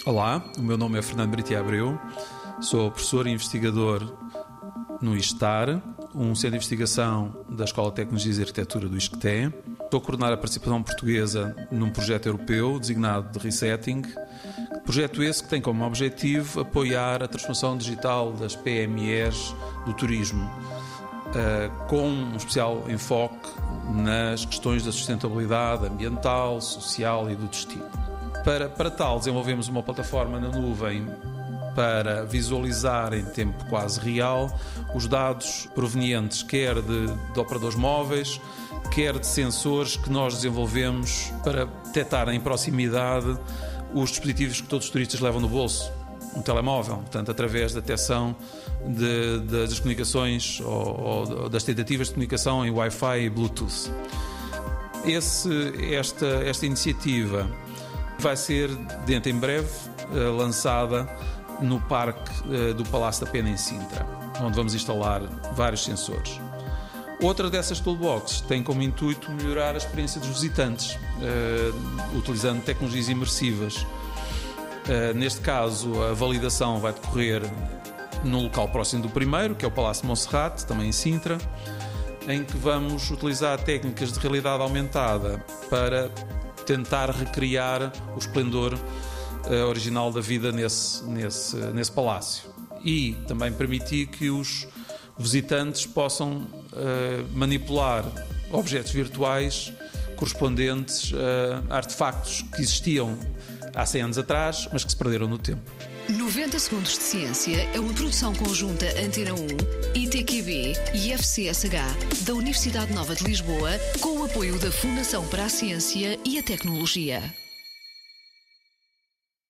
Olá, o meu nome é Fernando Britia Abreu, sou professor e investigador no ISTAR, um centro de investigação da Escola de Tecnologias e Arquitetura do ISCTE. Estou a coordenar a participação portuguesa num projeto europeu designado de Resetting, projeto esse que tem como objetivo apoiar a transformação digital das PMEs do turismo, com um especial enfoque nas questões da sustentabilidade ambiental, social e do destino. Para tal, desenvolvemos uma plataforma na nuvem para visualizar em tempo quase real os dados provenientes quer de operadores móveis, quer de sensores que nós desenvolvemos para detectar em proximidade os dispositivos que todos os turistas levam no bolso, um telemóvel, portanto, através da detecção das comunicações ou das tentativas de comunicação em Wi-Fi e Bluetooth. Esta iniciativa vai ser, dentro em breve, lançada no Parque do Palácio da Pena, em Sintra, onde vamos instalar vários sensores. Outra dessas toolboxes tem como intuito melhorar a experiência dos visitantes, utilizando tecnologias imersivas. Neste caso, a validação vai decorrer no local próximo do primeiro, que é o Palácio de Monserrate, também em Sintra, em que vamos utilizar técnicas de realidade aumentada para tentar recriar o esplendor original da vida nesse palácio e também permitir que os visitantes possam manipular objetos virtuais correspondentes a artefactos que existiam há 100 anos atrás, mas que se perderam no tempo. 90 Segundos de Ciência é uma produção conjunta Antena 1, ITQB e FCSH da Universidade Nova de Lisboa, com o apoio da Fundação para a Ciência e a Tecnologia.